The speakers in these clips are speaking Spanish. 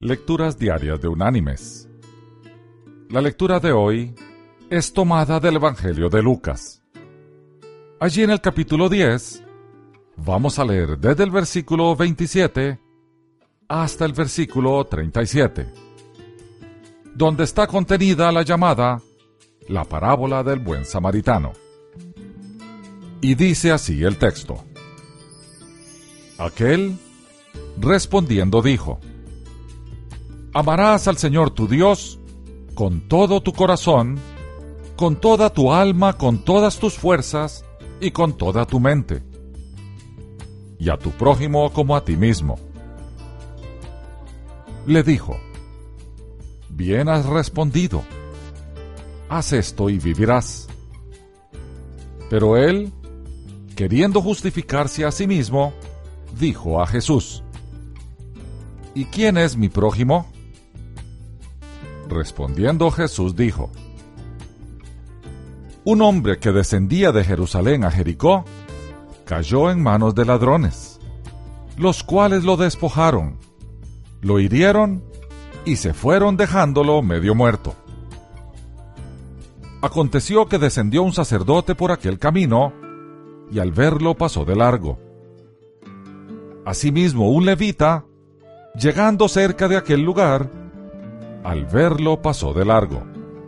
Lecturas diarias de Unánimes. La lectura de hoy es tomada del Evangelio de Lucas. Allí en el capítulo 10, vamos a leer desde el versículo 27 hasta el versículo 37, donde está contenida la llamada la parábola del buen samaritano. Y dice así el texto: Aquel, respondiendo, dijo: Amarás al Señor tu Dios con todo tu corazón, con toda tu alma, con todas tus fuerzas y con toda tu mente, y a tu prójimo como a ti mismo. Le dijo: Bien has respondido, haz esto y vivirás. Pero él, queriendo justificarse a sí mismo, dijo a Jesús: ¿Y quién es mi prójimo? Respondiendo Jesús dijo: Un hombre que descendía de Jerusalén a Jericó cayó en manos de ladrones, los cuales lo despojaron, lo hirieron y se fueron dejándolo medio muerto. Aconteció que descendió un sacerdote por aquel camino y al verlo pasó de largo. Asimismo un levita, llegando cerca de aquel lugar, al verlo pasó de largo.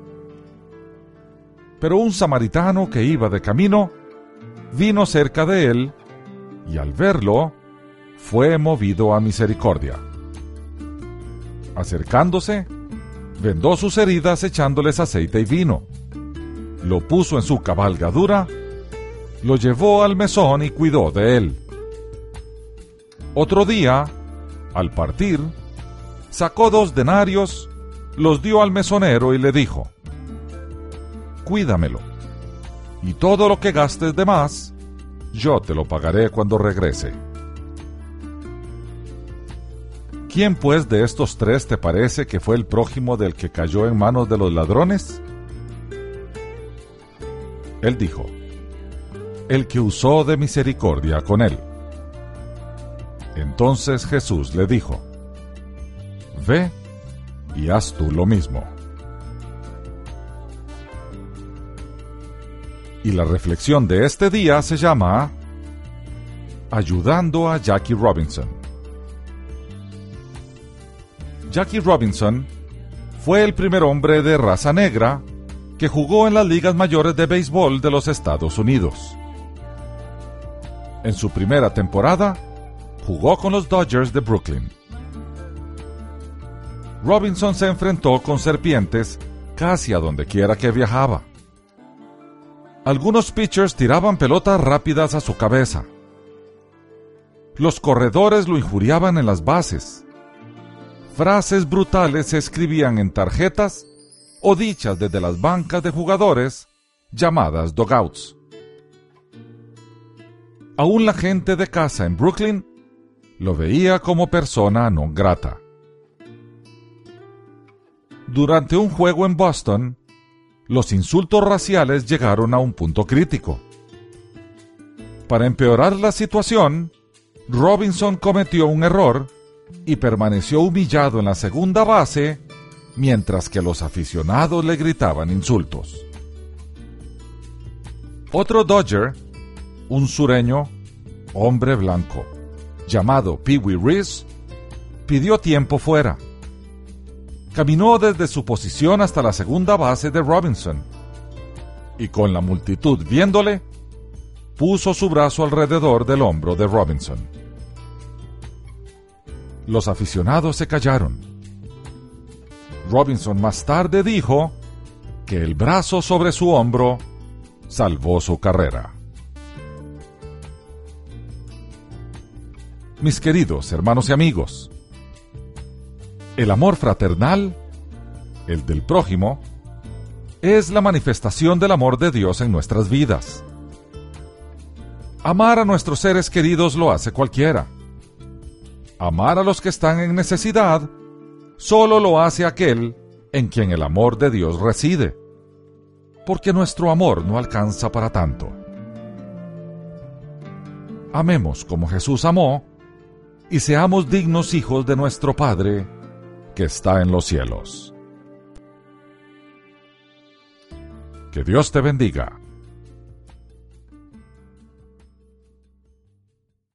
Pero un samaritano que iba de camino vino cerca de él y al verlo fue movido a misericordia. Acercándose, vendó sus heridas echándoles aceite y vino, lo puso en su cabalgadura, lo llevó al mesón y cuidó de él. Otro día, al partir, sacó 2 denarios, los dio al mesonero y le dijo: Cuídamelo, y todo lo que gastes de más, yo te lo pagaré cuando regrese. ¿Quién pues de estos 3 te parece que fue el prójimo del que cayó en manos de los ladrones? Él dijo: El que usó de misericordia con él. Entonces Jesús le dijo: Ve y haz tú lo mismo. Y la reflexión de este día se llama Ayudando a Jackie Robinson. Jackie Robinson fue el primer hombre de raza negra que jugó en las ligas mayores de béisbol de los Estados Unidos. En su primera temporada, jugó con los Dodgers de Brooklyn. Robinson se enfrentó con serpientes casi a donde quiera que viajaba. Algunos pitchers tiraban pelotas rápidas a su cabeza. Los corredores lo injuriaban en las bases. Frases brutales se escribían en tarjetas o dichas desde las bancas de jugadores, llamadas dugouts. Aún la gente de casa en Brooklyn lo veía como persona non grata. Durante un juego en Boston, los insultos raciales llegaron a un punto crítico. Para empeorar la situación, Robinson cometió un error y permaneció humillado en la segunda base mientras que los aficionados le gritaban insultos. Otro Dodger, un sureño, hombre blanco, llamado Pee Wee Reese, pidió tiempo fuera. Caminó desde su posición hasta la segunda base de Robinson y con la multitud viéndole, puso su brazo alrededor del hombro de Robinson. Los aficionados se callaron. Robinson más tarde dijo que el brazo sobre su hombro salvó su carrera. Mis queridos hermanos y amigos, el amor fraternal, el del prójimo, es la manifestación del amor de Dios en nuestras vidas. Amar a nuestros seres queridos lo hace cualquiera. Amar a los que están en necesidad solo lo hace aquel en quien el amor de Dios reside, porque nuestro amor no alcanza para tanto. Amemos como Jesús amó y seamos dignos hijos de nuestro Padre, que está en los cielos. Que Dios te bendiga.